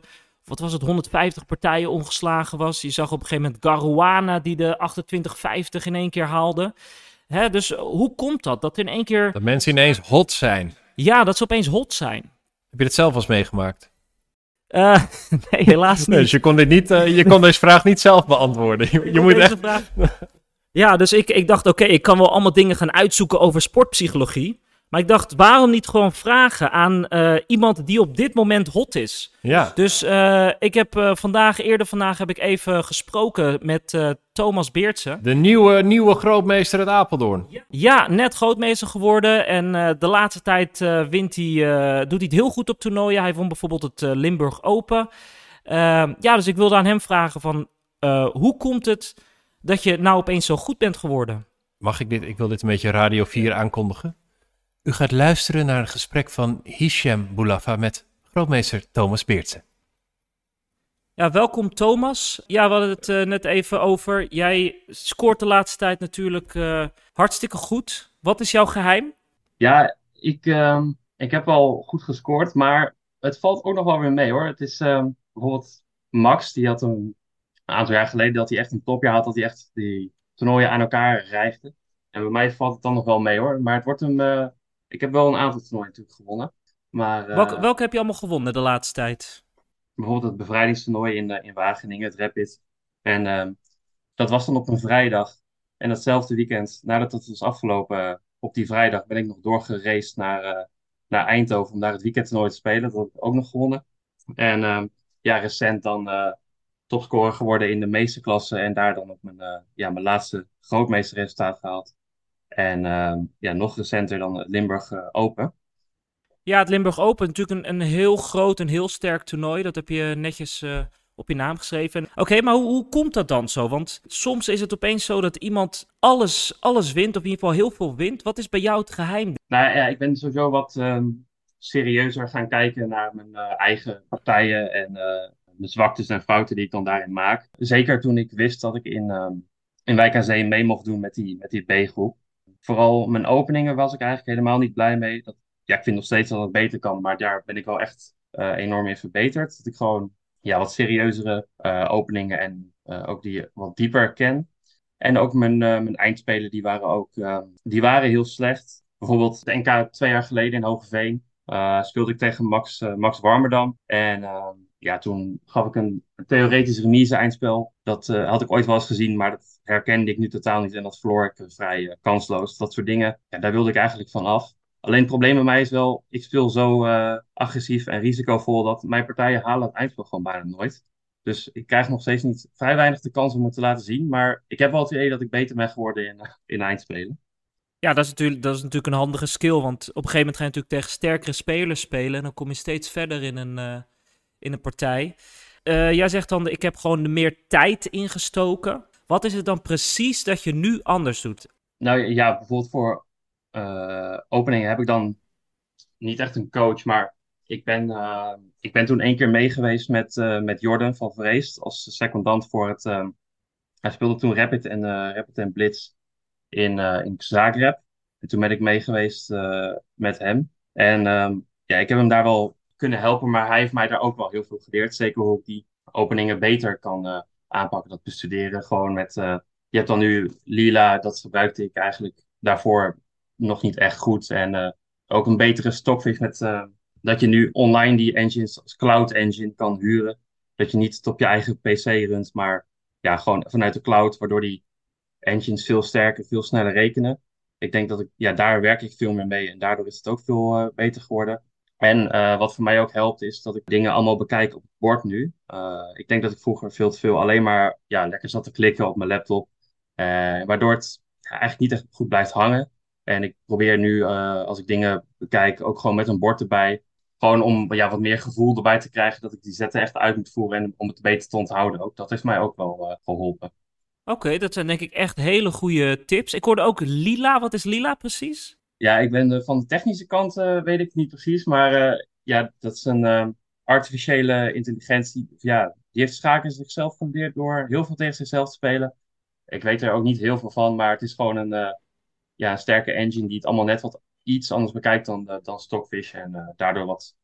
wat was het, honderdvijftig partijen ongeslagen was. Je zag op een gegeven moment Caruana die de achtentwintig vijftig in één keer haalde. Hè, dus hoe komt dat? Dat in één keer... Dat mensen ineens hot zijn. Ja, dat ze opeens hot zijn. Heb je dat zelf al eens meegemaakt? Uh, nee, helaas niet. Nee, dus je kon, dit niet uh, je kon deze vraag niet zelf beantwoorden. Je, je moet echt... Vraag... Ja, dus ik, ik dacht, oké, okay, ik kan wel allemaal dingen gaan uitzoeken over sportpsychologie. Maar ik dacht, waarom niet gewoon vragen aan uh, iemand die op dit moment hot is? Ja. Dus uh, ik heb uh, vandaag, eerder vandaag heb ik even gesproken met uh, Thomas Beertsen. De nieuwe, nieuwe grootmeester uit Apeldoorn. Ja, ja, net grootmeester geworden. En uh, de laatste tijd uh, wint hij, uh, doet hij het heel goed op toernooien. Hij won bijvoorbeeld het uh, Limburg Open. Uh, ja, dus ik wilde aan hem vragen van, uh, hoe komt het dat je nou opeens zo goed bent geworden? Mag ik dit? Ik wil dit een beetje Radio vier aankondigen. U gaat luisteren naar een gesprek van Hichem Boulafa met grootmeester Thomas Beertsen. Ja, welkom Thomas. Ja, we hadden het uh, net even over. Jij scoort de laatste tijd natuurlijk uh, hartstikke goed. Wat is jouw geheim? Ja, ik, uh, ik heb al goed gescoord, maar het valt ook nog wel weer mee hoor. Het is uh, bijvoorbeeld Max, die had een, een aantal jaar geleden dat hij echt een topjaar had, dat hij echt die toernooien aan elkaar rijgde. En bij mij valt het dan nog wel mee hoor. Maar het wordt een... Uh, ik heb wel een aantal toernooien natuurlijk gewonnen. Maar, uh, welke, welke heb je allemaal gewonnen de laatste tijd? Bijvoorbeeld het bevrijdingstoernooi in, uh, in Wageningen, het Rapid. En uh, dat was dan op een vrijdag. En datzelfde weekend, nadat het was afgelopen, uh, op die vrijdag ben ik nog doorgeraced naar, uh, naar Eindhoven om daar het weekendtoernooi te spelen. Dat heb ik ook nog gewonnen. En uh, ja, recent dan uh, topscorer geworden in de meesterklasse. En daar dan ook mijn, uh, ja, mijn laatste grootmeesterresultaat gehaald. En uh, ja, nog recenter dan het Limburg uh, Open. Ja, het Limburg Open, natuurlijk een, een heel groot en heel sterk toernooi. Dat heb je netjes uh, op je naam geschreven. Oké, okay, maar hoe, hoe komt dat dan zo? Want soms is het opeens zo dat iemand alles, alles wint, of in ieder geval heel veel wint. Wat is bij jou het geheim? Nou ja, ik ben sowieso wat um, serieuzer gaan kijken naar mijn uh, eigen partijen en uh, de zwaktes en fouten die ik dan daarin maak. Zeker toen ik wist dat ik in, um, in Wijk aan Zee mee mocht doen met die, met die B-groep. Vooral mijn openingen was ik eigenlijk helemaal niet blij mee. Dat, ja, ik vind nog steeds dat het beter kan, maar daar ben ik wel echt uh, enorm in verbeterd. Dat ik gewoon ja, wat serieuzere uh, openingen en uh, ook die wat dieper ken. En ook mijn, uh, mijn eindspelen, die waren ook uh, die waren heel slecht. Bijvoorbeeld de N K twee jaar geleden in Hogeveen uh, speelde ik tegen Max, uh, Max Warmerdam. En uh, ja, toen gaf ik een, een theoretisch remise eindspel. Dat uh, had ik ooit wel eens gezien, maar dat herkende ik nu totaal niet. En dat verloor ik uh, vrij uh, kansloos. Dat soort dingen, ja, daar wilde ik eigenlijk van af. Alleen het probleem bij mij is wel, ik speel zo uh, agressief en risicovol dat mijn partijen halen het eindspel gewoon bijna nooit. Dus ik krijg nog steeds niet vrij weinig de kans om het te laten zien. Maar ik heb wel het idee dat ik beter ben geworden in, in eindspelen. Ja, dat is, natuurlijk, dat is natuurlijk een handige skill. Want op een gegeven moment ga je natuurlijk tegen sterkere spelers spelen. En dan kom je steeds verder in een, uh, in een partij. Uh, jij zegt dan, ik heb gewoon meer tijd ingestoken. Wat is het dan precies dat je nu anders doet? Nou ja, bijvoorbeeld voor uh, openingen heb ik dan niet echt een coach. Maar ik ben, uh, ik ben toen één keer mee geweest met, uh, met Jordan van Vreest. Als secondant voor het... Uh, hij speelde toen Rapid en, uh, Rapid en Blitz in, uh, in Zagreb. En toen ben ik mee geweest uh, met hem. En um, ja, ik heb hem daar wel kunnen helpen, maar hij heeft mij daar ook wel heel veel geleerd. Zeker hoe ik die openingen beter kan uh, aanpakken. Dat bestuderen gewoon met... Uh, je hebt dan nu Lila, dat gebruikte ik eigenlijk daarvoor nog niet echt goed. En uh, ook een betere Stockfish met... Uh, dat je nu online die engines als cloud engine kan huren. Dat je niet het op je eigen P C runt, maar ja, gewoon vanuit de cloud, waardoor die engines veel sterker, veel sneller rekenen. Ik denk dat ik, ja, daar werk ik veel meer mee en daardoor is het ook veel uh, beter geworden. En uh, wat voor mij ook helpt, is dat ik dingen allemaal bekijk op het bord nu. Uh, ik denk dat ik vroeger veel te veel alleen maar ja, lekker zat te klikken op mijn laptop. Uh, waardoor het ja, eigenlijk niet echt goed blijft hangen. En ik probeer nu, uh, als ik dingen bekijk, ook gewoon met een bord erbij. Gewoon om ja, wat meer gevoel erbij te krijgen dat ik die zetten echt uit moet voeren en om het beter te onthouden ook. Dat heeft mij ook wel uh, geholpen. Oké, okay, dat zijn denk ik echt hele goede tips. Ik hoorde ook Lila. Wat is Lila precies? Ja, ik ben de, van de technische kant uh, weet ik het niet precies. Maar uh, ja, dat is een uh, artificiële intelligentie. Ja, die heeft schaken zichzelf geleerd door heel veel tegen zichzelf te spelen. Ik weet er ook niet heel veel van, maar het is gewoon een, uh, ja, een sterke engine die het allemaal net wat iets anders bekijkt dan, uh, dan Stockfish. En uh, daardoor wat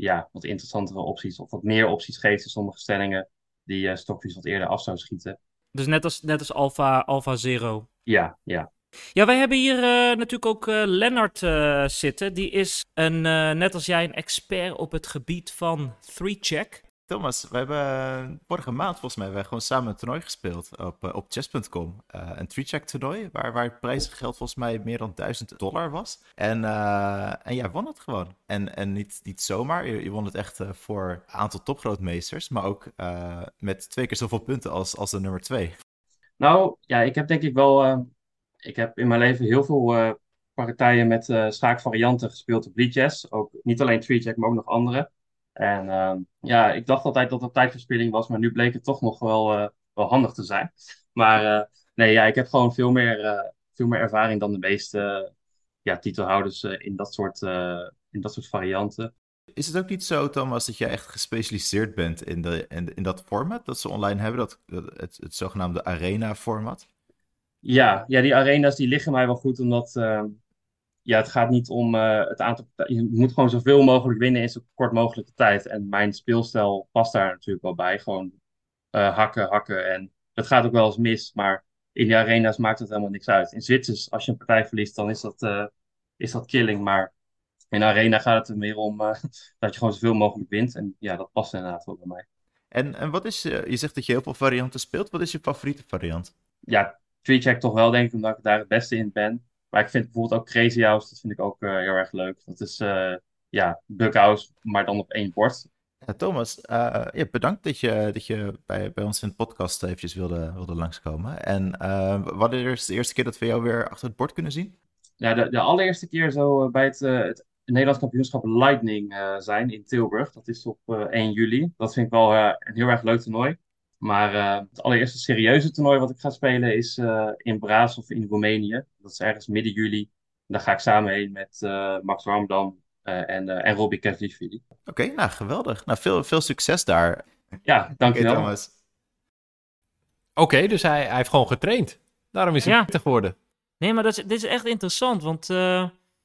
ja, wat interessantere opties of wat meer opties geeft in sommige stellingen die uh, Stockfish wat eerder af zou schieten. Dus net als, net als Alpha, Alpha Zero. Ja, ja. Ja, wij hebben hier uh, natuurlijk ook uh, Lennart uh, zitten. Die is een, uh, net als jij een expert op het gebied van three check. Thomas, we hebben vorige maand volgens mij we gewoon samen een toernooi gespeeld op, uh, op chess punt com. Uh, een three check toernooi waar, waar het prijzengeld volgens mij meer dan duizend dollar was. En, uh, en jij won het gewoon. En, en niet, niet zomaar, je, je won het echt uh, voor een aantal topgrootmeesters, maar ook uh, met twee keer zoveel punten als, als de nummer twee. Nou, ja, ik heb denk ik wel... Uh, ik heb in mijn leven heel veel uh, partijen met uh, schaakvarianten gespeeld op Lichess. Ook niet alleen three check, maar ook nog andere. En uh, ja, ik dacht altijd dat het tijdverspilling was, maar nu bleek het toch nog wel, uh, wel handig te zijn. Maar uh, nee, ja, ik heb gewoon veel meer, uh, veel meer ervaring dan de meeste uh, ja, titelhouders uh, in, dat soort, uh, in dat soort varianten. Is het ook niet zo, Thomas, dat jij echt gespecialiseerd bent in, de, in, in dat format dat ze online hebben, dat, het, het zogenaamde arena-format? Ja, ja, die arena's die liggen mij wel goed, omdat uh, ja, het gaat niet om uh, het aantal... Je moet gewoon zoveel mogelijk winnen in zo kort mogelijke tijd. En mijn speelstijl past daar natuurlijk wel bij. Gewoon uh, hakken, hakken. En dat gaat ook wel eens mis, maar in die arena's maakt het helemaal niks uit. In Zwitsers, als je een partij verliest, dan is dat, uh, is dat killing. Maar in de arena gaat het er meer om uh, dat je gewoon zoveel mogelijk wint. En ja, dat past inderdaad wel bij mij. En, en wat is, uh, je zegt dat je heel veel varianten speelt. Wat is je favoriete variant? Ja, three check toch wel, denk ik, omdat ik daar het beste in ben. Maar ik vind bijvoorbeeld ook Crazy House, dat vind ik ook uh, heel erg leuk. Dat is, uh, ja, Bug House, maar dan op één bord. Ja, Thomas, uh, ja, bedankt dat je, dat je bij, bij ons in de podcast eventjes wilde, wilde langskomen. En uh, wanneer is de eerste keer dat we jou weer achter het bord kunnen zien? Ja, de, de allereerste keer zo uh, bij het, uh, het Nederlands kampioenschap Lightning uh, zijn in Tilburg. Dat is op uh, één juli. Dat vind ik wel uh, een heel erg leuk toernooi. Maar uh, het allereerste serieuze toernooi wat ik ga spelen is uh, in Brasov in Roemenië. Dat is ergens midden juli. Daar ga ik samen heen met uh, Max Warmdam uh, en, uh, en Robbie Kevlishvili. Oké, okay, nou geweldig. Nou, veel, veel succes daar. Ja, dankjewel. Okay, Thomas. Oké, okay, dus hij, hij heeft gewoon getraind. Daarom is hij Ja. beter geworden. Nee, maar dat is, dit is echt interessant, want uh,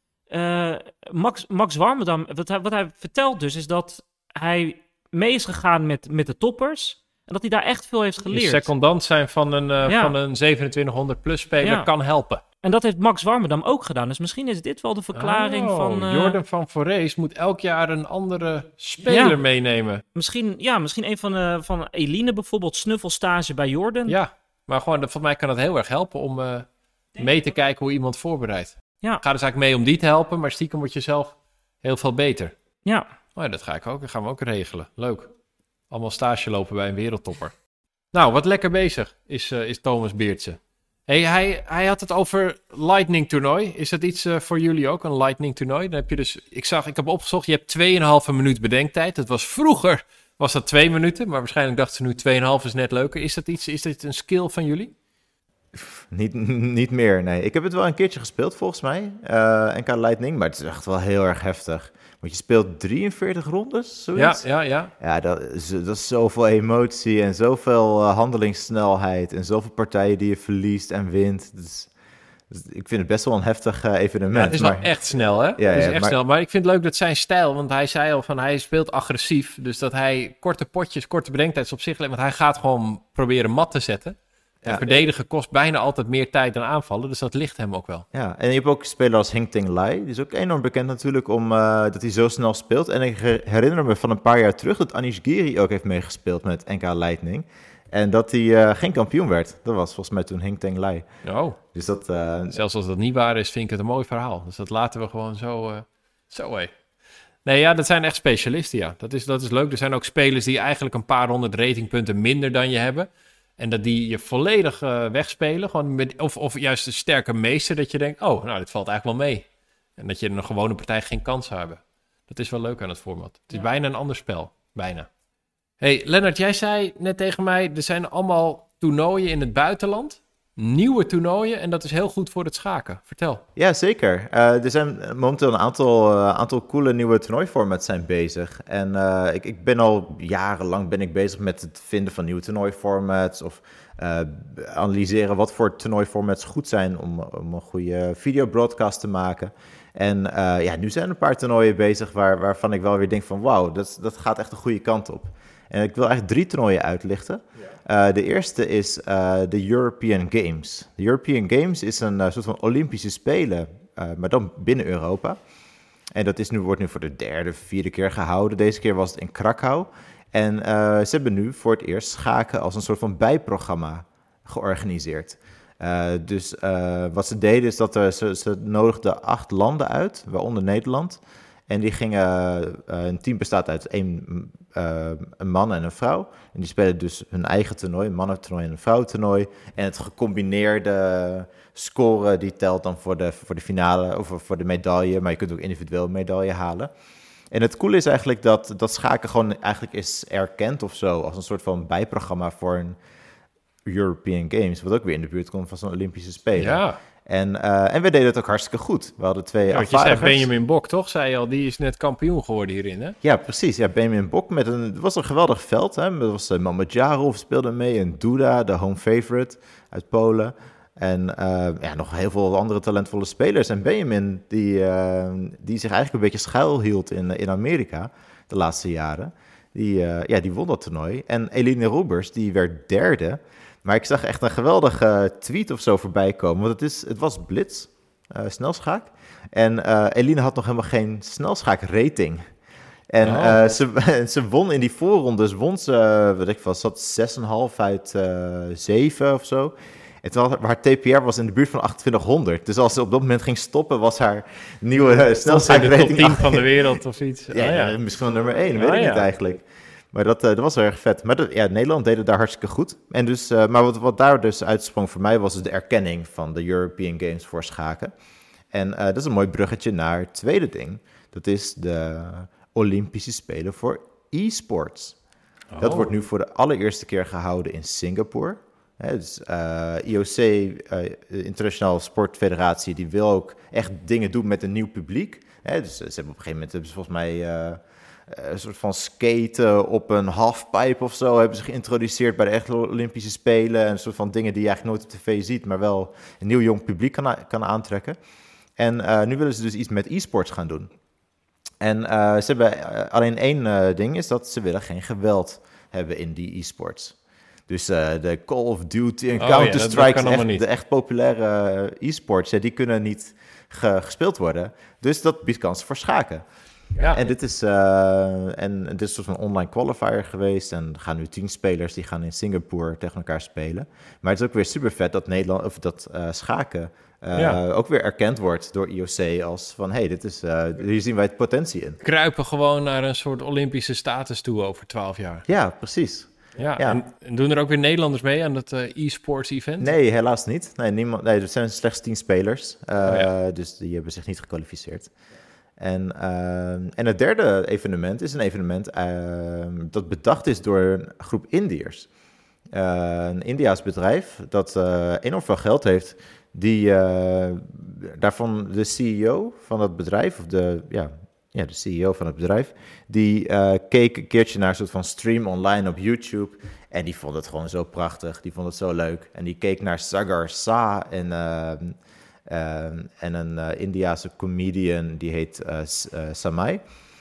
uh, Max, Max Warmerdam, wat hij, wat hij vertelt dus, is dat hij mee is gegaan met, met de toppers en dat hij daar echt veel heeft geleerd. Je secondant zijn van een, uh, Ja. van een zevenentwintighonderd plus speler Ja. kan helpen. En dat heeft Max Warmerdam ook gedaan, dus misschien is dit wel de verklaring Oh, van... Uh, Jordan van Forees moet elk jaar een andere speler Ja. meenemen. Misschien, ja, misschien een van, uh, van Eline bijvoorbeeld, snuffelstage bij Jordan. Ja, maar gewoon, volgens mij kan het heel erg helpen om uh, mee te kijken hoe iemand voorbereidt. Ja. Ga dus eigenlijk mee om die te helpen, maar stiekem word je zelf heel veel beter. Ja. Oh ja, dat ga ik ook. Dat gaan we ook regelen. Leuk. Allemaal stage lopen bij een wereldtopper. Nou, wat lekker bezig is, uh, is Thomas Beertse. Hey, hij, hij had het over Lightning toernooi. Is dat iets uh, voor jullie ook, een Lightning toernooi? Dan heb je dus, ik zag, ik heb opgezocht, je hebt twee komma vijf minuut bedenktijd. Dat was vroeger, was dat twee minuten, maar waarschijnlijk dachten ze nu twee komma vijf is net leuker. Is dat iets, is dit een skill van jullie? Niet, niet meer, nee. Ik heb het wel een keertje gespeeld volgens mij, uh, N K Lightning, maar het is echt wel heel erg heftig. Want je speelt drieënveertig rondes, zoiets. Ja, ja, ja. Ja, dat is, dat is zoveel emotie en zoveel uh, handelingssnelheid en zoveel partijen die je verliest en wint. Dus, dus ik vind het best wel een heftig uh, evenement. Ja, het is maar... wel echt snel, hè? Ja, het is ja, echt maar... snel. Maar ik vind het leuk dat zijn stijl, want hij zei al van hij speelt agressief. Dus dat hij korte potjes, korte bedenktijd is op zich, want hij gaat gewoon proberen mat te zetten. En Ja. verdedigen kost bijna altijd meer tijd dan aanvallen, dus dat ligt hem ook wel. Ja, en je hebt ook spelers als Hing-Ting Lai. Die is ook enorm bekend natuurlijk om uh, dat hij zo snel speelt. En ik herinner me van een paar jaar terug dat Anish Giri ook heeft meegespeeld met N K Lightning. En dat hij uh, geen kampioen werd. Dat was volgens mij toen Hing-Ting Lai. Oh, Dus dat... Uh, zelfs als dat niet waar is, vind ik het een mooi verhaal. Dus dat laten we gewoon zo... Uh, zo hé. Nee, ja, dat zijn echt specialisten, ja. Dat is, dat is leuk. Er zijn ook spelers die eigenlijk een paar honderd ratingpunten minder dan je hebben. En dat die je volledig uh, wegspelen. Gewoon met, of, of juist een sterke meester dat je denkt... oh, nou, dit valt eigenlijk wel mee. En dat je in een gewone partij geen kans zou hebben. Dat is wel leuk aan het format. Het is ja. bijna een ander spel. Bijna. Hey, Lennart, jij zei net tegen mij... er zijn allemaal toernooien in het buitenland. Nieuwe toernooien. En dat is heel goed voor het schaken. Vertel. Ja, zeker. Uh, er zijn momenteel een aantal, uh, aantal coole nieuwe toernooiformats zijn bezig. En uh, ik, ik ben al jarenlang ben ik bezig met het vinden van nieuwe toernooiformats. Of uh, analyseren wat voor toernooiformats goed zijn om, om een goede videobroadcast te maken. En uh, ja, nu zijn er een paar toernooien bezig waar, waarvan ik wel weer denk van wauw, dat, dat gaat echt de goede kant op. En ik wil eigenlijk drie toernooien uitlichten. Uh, de eerste is uh, de European Games. De European Games is een uh, soort van Olympische Spelen, uh, maar dan binnen Europa. En dat is nu, wordt nu voor de derde, vierde keer gehouden. Deze keer was het in Krakau. En uh, ze hebben nu voor het eerst schaken als een soort van bijprogramma georganiseerd. Uh, dus uh, wat ze deden is dat er, ze, ze nodigden acht landen uit, waaronder Nederland. En die gingen, uh, een team bestaat uit één, uh, een man en een vrouw. En die spelen dus hun eigen toernooi, een mannentoernooi en een vrouwentoernooi. En het gecombineerde score die telt dan voor de, voor de finale of voor de medaille. Maar je kunt ook individueel een medaille halen. En het coole is eigenlijk dat, dat schaken gewoon eigenlijk is erkend of zo. Als een soort van bijprogramma voor een European Games. Wat ook weer in de buurt komt van zo'n Olympische Spelen. Ja. En, uh, en we deden het ook hartstikke goed. We hadden twee ja, afvaardigers. Je zei Benjamin Bok, toch? Zei je al, die is net kampioen geworden hierin, hè? Ja, precies. Ja, Benjamin Bok met een... Het was een geweldig veld, hè. Er was uh, Mamadjarov speelde mee en Duda, de home favorite uit Polen. En uh, ja, nog heel veel andere talentvolle spelers. En Benjamin, die, uh, die zich eigenlijk een beetje schuil hield in, in Amerika de laatste jaren. Die, uh, ja, die won dat toernooi. En Eline Roebers, die werd derde. Maar ik zag echt een geweldige tweet of zo voorbij komen. Want het, is, het was blitz, uh, snelschaak. En uh, Eline had nog helemaal geen snelschaakrating. En oh. uh, ze, ze won in die voorrondes, won ze, weet ik wel, zat zes komma vijf uit uh, zeven of zo. En toen had, haar T P R was in de buurt van achtentwintighonderd. Dus als ze op dat moment ging stoppen, was haar nieuwe uh, snelschaakrating... de top tien van de wereld of iets. Ja, oh, ja. ja, misschien wel nummer één, weet oh, ik ja. niet eigenlijk. Maar dat, uh, dat was heel erg vet. Maar dat, ja, Nederland deed het daar hartstikke goed. En dus, uh, maar wat, wat daar dus uitsprong voor mij was dus de erkenning van de European Games voor schaken. En uh, dat is een mooi bruggetje naar het tweede ding. Dat is de Olympische Spelen voor e-sports. Oh. Dat wordt nu voor de allereerste keer gehouden in Singapore. He, dus uh, I O C, uh, de Internationale Sportfederatie, die wil ook echt dingen doen met een nieuw publiek. He, dus ze hebben op een gegeven moment hebben ze volgens mij... Uh, een soort van skaten op een halfpipe of zo hebben ze geïntroduceerd bij de echte Olympische Spelen. En een soort van dingen die je eigenlijk nooit op tv ziet, maar wel een nieuw jong publiek kan, a- kan aantrekken. En uh, nu willen ze dus iets met e-sports gaan doen. En uh, ze hebben uh, alleen één uh, ding, is dat ze willen geen geweld hebben in die e-sports. Dus uh, de Call of Duty en oh, Counter-Strike, ja, echt, de echt populaire uh, e-sports, ja, die kunnen niet ge- gespeeld worden. Dus dat biedt kansen voor schaken. Ja. En dit is, uh, en dit is een soort van online qualifier geweest. En er gaan nu tien spelers die gaan in Singapore tegen elkaar spelen. Maar het is ook weer super vet dat Nederland, of dat uh, schaken uh, ja. ook weer erkend wordt door I O C als van hé, hey, dit is, uh, hier zien wij het potentie in. Kruipen gewoon naar een soort Olympische status toe over twaalf jaar. Ja, precies. Ja, ja. En, en doen er ook weer Nederlanders mee aan dat uh, e-sports event? Nee, helaas niet. Nee, niemand, nee, er zijn slechts tien spelers. Uh, oh ja. Dus die hebben zich niet gekwalificeerd. En, uh, en het derde evenement is een evenement uh, dat bedacht is door een groep Indiërs. Uh, een Indiaas bedrijf dat uh, enorm veel geld heeft. Die uh, daarvan de C E O van dat bedrijf, of de, ja, ja, de C E O van het bedrijf, die uh, keek een keertje naar een soort van stream online op YouTube. En die vond het gewoon zo prachtig. Die vond het zo leuk. En die keek naar Sagar Shah en... Uh, Uh, en een uh, Indiase comedian, die heet uh, uh, Samai.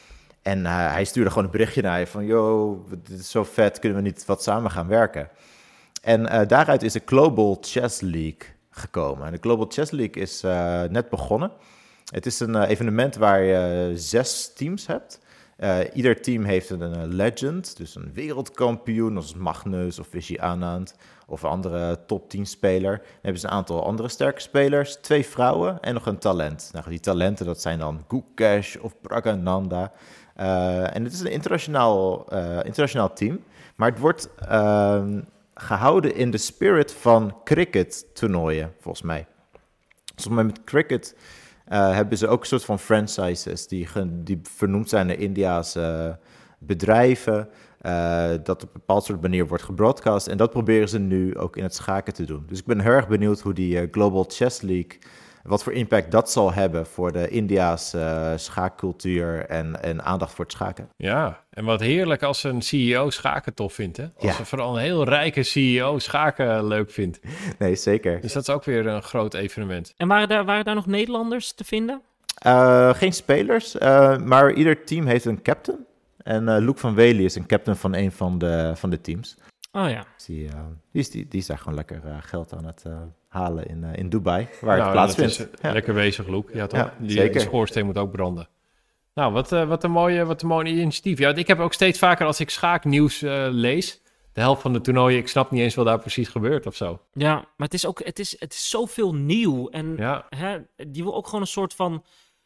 En uh, hij stuurde gewoon een berichtje naar je van... yo, dit is zo vet, kunnen we niet wat samen gaan werken? En uh, daaruit is de Global Chess League gekomen. En de Global Chess League is uh, net begonnen. Het is een uh, evenement waar je uh, zes teams hebt. Uh, ieder team heeft een, een legend, dus een wereldkampioen... zoals Magnus of Vishy Anand... of een andere top tien speler. Dan hebben ze een aantal andere sterke spelers, twee vrouwen en nog een talent. Nou, die talenten, dat zijn dan Gukesh of Pragananda. Uh, en het is een internationaal, uh, internationaal team, maar het wordt uh, gehouden in de spirit van cricket-toernooien, volgens mij. Volgens mij met cricket uh, hebben ze ook een soort van franchises die, ge- die vernoemd zijn naar Indiase uh, bedrijven... Uh, dat op een bepaald soort manier wordt gebroadcast. En dat proberen ze nu ook in het schaken te doen. Dus ik ben heel erg benieuwd hoe die uh, Global Chess League... wat voor impact dat zal hebben voor de Indiaanse uh, schaakcultuur... En, en aandacht voor het schaken. Ja, en wat heerlijk als een C E O schaken tof vindt, hè? Als ja. ze vooral een heel rijke C E O schaken leuk vindt. Nee, zeker. Dus dat is ook weer een groot evenement. En waren daar, waren daar nog Nederlanders te vinden? Uh, geen spelers, uh, maar ieder team heeft een captain. En uh, Luke van Wely is een captain van een van de, van de teams. Oh ja. Dus die, uh, die, is, die, die is daar gewoon lekker uh, geld aan het uh, halen in, uh, in Dubai, waar nou, het plaatsvindt. Is, ja. Lekker bezig, Luke. Ja, toch? Ja, die, zeker. die schoorsteen moet ook branden. Nou, wat, uh, wat, een mooie, wat een mooie initiatief. Ja, ik heb ook steeds vaker als ik schaaknieuws uh, lees... De helft van de toernooien, ik snap niet eens wat daar precies gebeurt of zo. Ja, maar het is ook, het is, het is zoveel nieuw. En ja. hè, die wil ook gewoon een soort van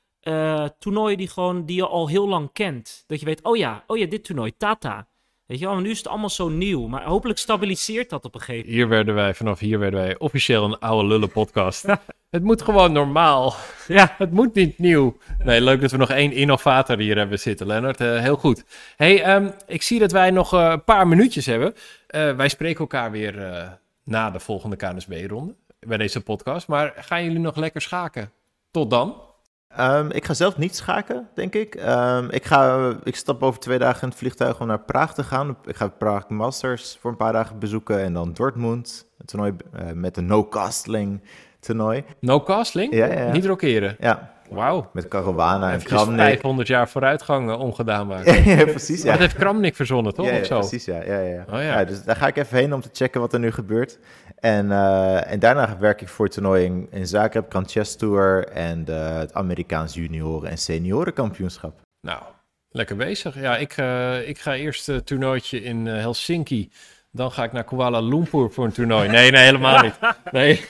uh, toernooien die, gewoon, die je al heel lang kent. Dat je weet, oh ja, oh ja, dit toernooi, Tata. Weet je wel, maar nu is het allemaal zo nieuw. Maar hopelijk stabiliseert dat op een gegeven moment. Hier werden wij, vanaf hier werden wij officieel een oude lullen podcast. Het moet gewoon normaal. Ja, het moet niet nieuw. Nee, leuk dat we nog één innovator hier hebben zitten, Lennart. Uh, heel goed. Hey, um, ik zie dat wij nog uh, een paar minuutjes hebben. Uh, wij spreken elkaar weer uh, na de volgende K N S B-ronde bij deze podcast. Maar gaan jullie nog lekker schaken? Tot dan. Um, ik ga zelf niet schaken, denk ik. Um, ik, ga, ik stap over twee dagen in het vliegtuig om naar Praag te gaan. Ik ga Praag Masters voor een paar dagen bezoeken. En dan Dortmund, een toernooi uh, met een no-castling toernooi. No-castling? Ja, ja, ja. Niet rockeren? Ja. Wauw. Met Caruana en Kramnik. vijfhonderd jaar vooruitgang uh, omgedaan maken. ja, precies, ja. Dat heeft Kramnik verzonnen, toch? Ja, ja, of zo? precies, ja. ja, ja. Oh, ja. ja. Dus daar ga ik even heen om te checken wat er nu gebeurt. En, uh, en daarna werk ik voor het toernooi in, in Zagreb, Grand Chess Tour en de, het Amerikaans junioren- en seniorenkampioenschap. Nou, lekker bezig. Ja, ik, uh, ik ga eerst een toernooitje in uh, Helsinki. Dan ga ik naar Kuala Lumpur voor een toernooi. Nee, nee, helemaal niet. Nee.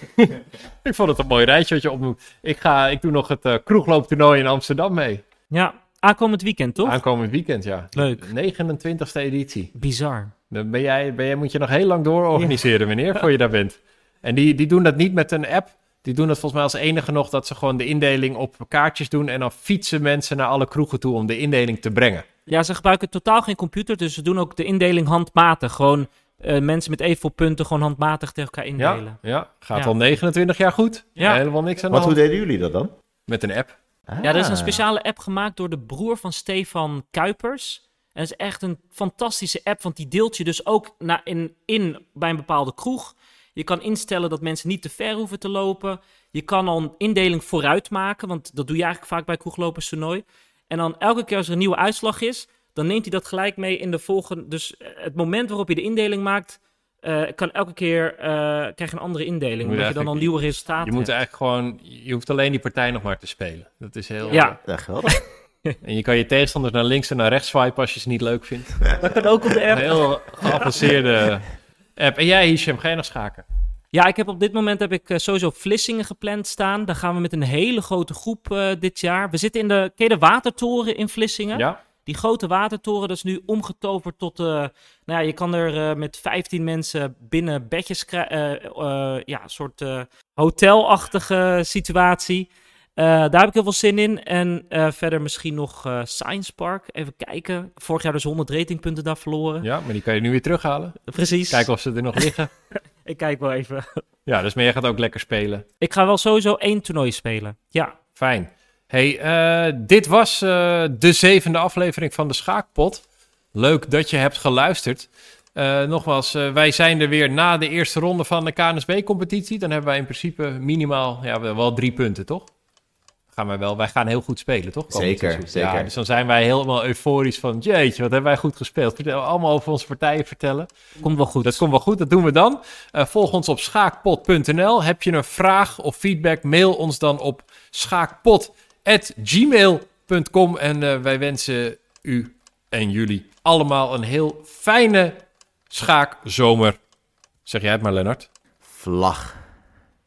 Ik vond het een mooi rijtje wat je opnoemt. Ik, ga, ik doe nog het uh, kroeglooptoernooi in Amsterdam mee. Ja, aankomend weekend, toch? Aankomend weekend, ja. Leuk. negenentwintigste editie. Bizar. Dan ben jij, ben jij, moet je nog heel lang door organiseren, meneer, voor je daar bent. En die, die doen dat niet met een app. Die doen dat volgens mij als enige nog dat ze gewoon de indeling op kaartjes doen. En dan fietsen mensen naar alle kroegen toe om de indeling te brengen. Ja, ze gebruiken totaal geen computer. Dus ze doen ook de indeling handmatig. Gewoon uh, mensen met evenveel punten gewoon handmatig tegen elkaar indelen. Ja, ja. gaat ja. al negenentwintig jaar goed. Ja. Helemaal niks aan de Wat, hand. hoe deden jullie dat dan? Met een app. Ah. Ja, er is een speciale app gemaakt door de broer van Stefan Kuipers. En dat is echt een fantastische app, want die deelt je dus ook na, in, in bij een bepaalde kroeg. Je kan instellen dat mensen niet te ver hoeven te lopen. Je kan al een indeling vooruit maken, want dat doe je eigenlijk vaak bij kroegloperstoernooi. En dan elke keer als er een nieuwe uitslag is, dan neemt hij dat gelijk mee in de volgende. Dus het moment waarop je de indeling maakt, uh, kan elke keer uh, krijg je een andere indeling, omdat je dan al nieuwe resultaten Je moet hebt. eigenlijk gewoon, je hoeft alleen die partij nog maar te spelen. Dat is heel... Ja. Ja, geweldig. En je kan je tegenstanders naar links en naar rechts swipen als je ze niet leuk vindt. Dat kan ook op de app. Een heel geavanceerde app. En jij, Hichem, ga je nog schaken? Ja, ik heb op dit moment heb ik uh, sowieso Vlissingen gepland staan. Daar gaan we met een hele grote groep uh, dit jaar. We zitten in de, ken je de watertoren in Vlissingen? Ja. Die grote watertoren, dat is nu omgetoverd tot... Uh, nou ja, je kan er uh, met vijftien mensen binnen bedjes krijgen. Uh, uh, ja, een soort uh, hotelachtige situatie. Uh, daar heb ik heel veel zin in. En uh, verder misschien nog uh, Science Park. Even kijken. Vorig jaar dus honderd ratingpunten daar verloren. Ja, maar die kan je nu weer terughalen. Precies. Kijken of ze er nog liggen. Ik kijk wel even. Ja, dus maar jij gaat ook lekker spelen. Ik ga wel sowieso één toernooi spelen. Ja. Fijn. Hey, uh, dit was uh, de zevende aflevering van de Schaakpot. Leuk dat je hebt geluisterd. Uh, nogmaals, uh, wij zijn er weer na de eerste ronde van de K N S B-competitie. Dan hebben wij in principe minimaal, ja, wel drie punten, toch? Gaan wij wel. Wij gaan heel goed spelen, toch? Zeker, zeker. Ja, dus dan zijn wij helemaal euforisch van, jeetje, wat hebben wij goed gespeeld. Vertel, allemaal over onze partijen vertellen. Komt wel goed. Dat komt wel goed, dat doen we dan. Uh, volg ons op schaakpot punt n l. Heb je een vraag of feedback, mail ons dan op schaakpot at gmail punt com. En uh, wij wensen u en jullie allemaal een heel fijne schaakzomer. Zeg jij het maar, Lennart. Vlag.